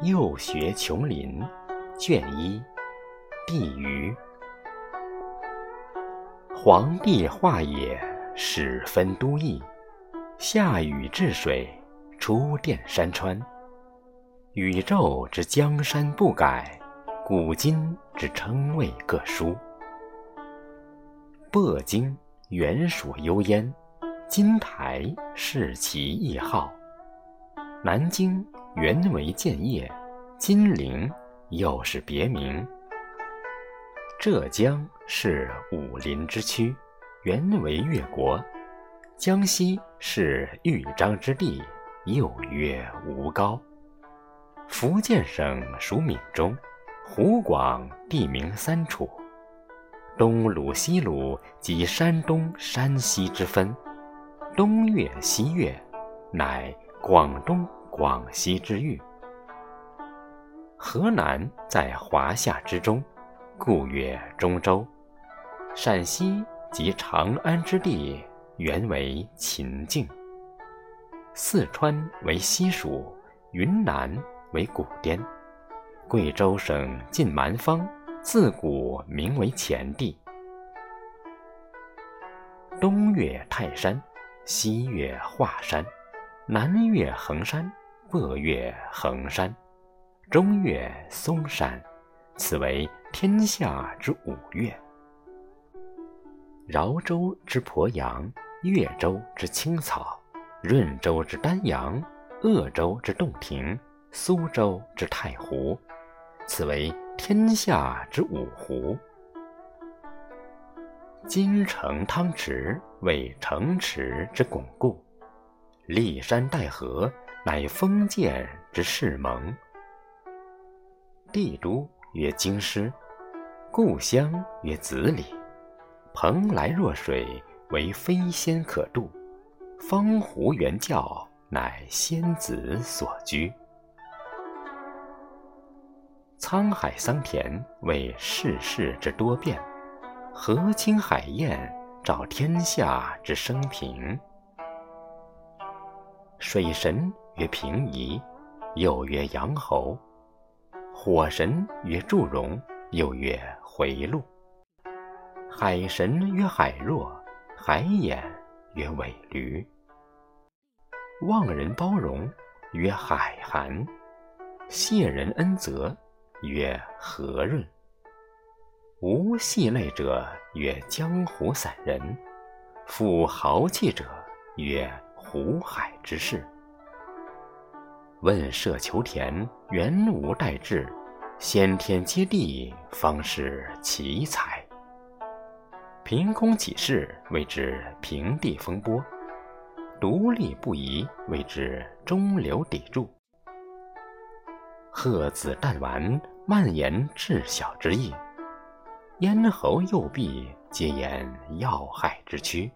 幼学琼林，卷一，地余。黄帝化野，始分都邑，下禹治水，出电山川。宇宙之江山不改，古今之称谓各殊。亳京原属幽燕，今台是其异号。南京原为建业，金陵又是别名。浙江是武林之区，原为越国。江西是豫章之地，又曰吴高。福建省属闽中，湖广地名三处，东鲁西鲁即山东山西之分，东岳西岳乃广东广西之域。河南在华夏之中，故曰中州。陕西即长安之地，原为秦境。四川为西蜀，云南为古滇。贵州省近蛮方，自古名为前地。东岳泰山，西岳华山，南岳衡山，北岳衡山，中岳嵩山，此为天下之五岳。饶州之鄱阳，越州之青草，润州之丹阳，鄂州之洞庭，苏州之太湖，此为天下之五湖。金城汤池为城池之巩固，骊山带河乃封建之誓盟。帝都曰京师，故乡曰子里。蓬莱若水，为飞仙可渡；方湖原教，乃仙子所居。沧海桑田，为世事之多变；河清海晏，照天下之生平。水神曰平夷，又曰阳侯；火神曰祝融，又曰回路；海神曰海若，海眼曰尾驴；忘人包容曰海涵；谢人恩泽曰和润；无系累者曰江湖散人；富豪气者曰湖海之士。问舍求田，原无代志；先天接地，方是奇才。凭空起事，谓之平地风波；独立不移，谓之中流砥柱。鹤子弹丸，蔓延至小之意；咽喉右臂，皆言要害之躯。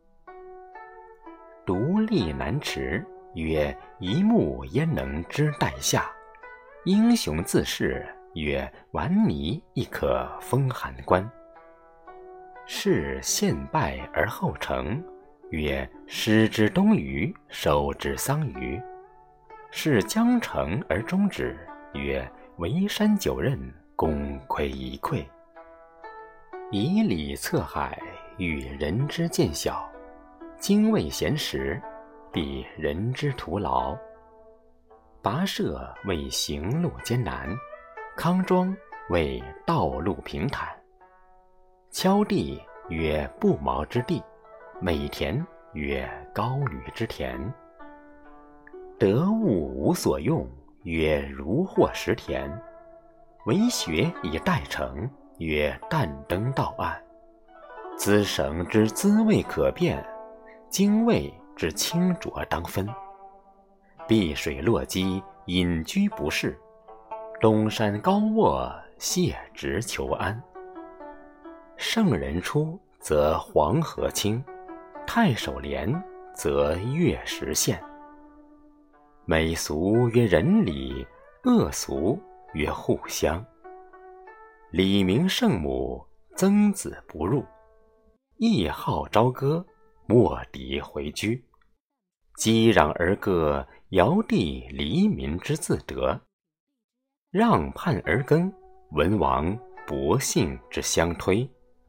独立难持，曰一目焉能知待下；英雄自恃，曰顽泥亦可封函关。是献败而后成，曰失之东隅，收之桑榆；是将成而终止，曰围山九仞，功亏一篑。以礼策海，与人之见小；精卫闲时，必人之徒劳。跋涉为行路艰难，康庄为道路平坦。敲地曰不毛之地，美田曰高吕之田。得物无所用，曰如获石田；为学以待成，曰但登道岸。滋绳之滋味可辨，精卫之清浊当分。碧水落基，隐居不仕；东山高卧，谢职求安。圣人出，则黄河清；太守廉，则月食现。美俗曰仁礼，恶俗曰互相。礼明圣母，曾子不入；义好朝歌，莫敌回居。击壤而歌，尧帝黎民之自得。 让畔而耕，文王伯幸之相推。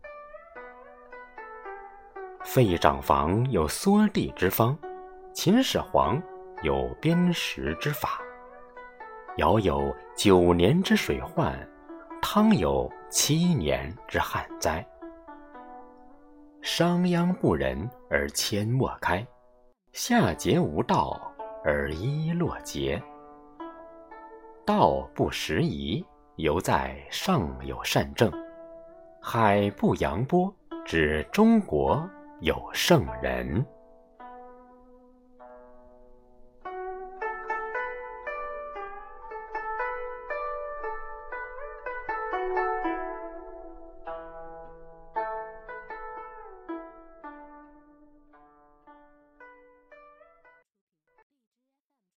废长房有缩地之方，秦始皇有砭石之法。尧有9年之水患，汤有7年之旱灾。商鞅不仁而阡陌开，夏桀无道而伊洛结。道不拾遗，犹在上有善政；海不扬波，指中国有圣人。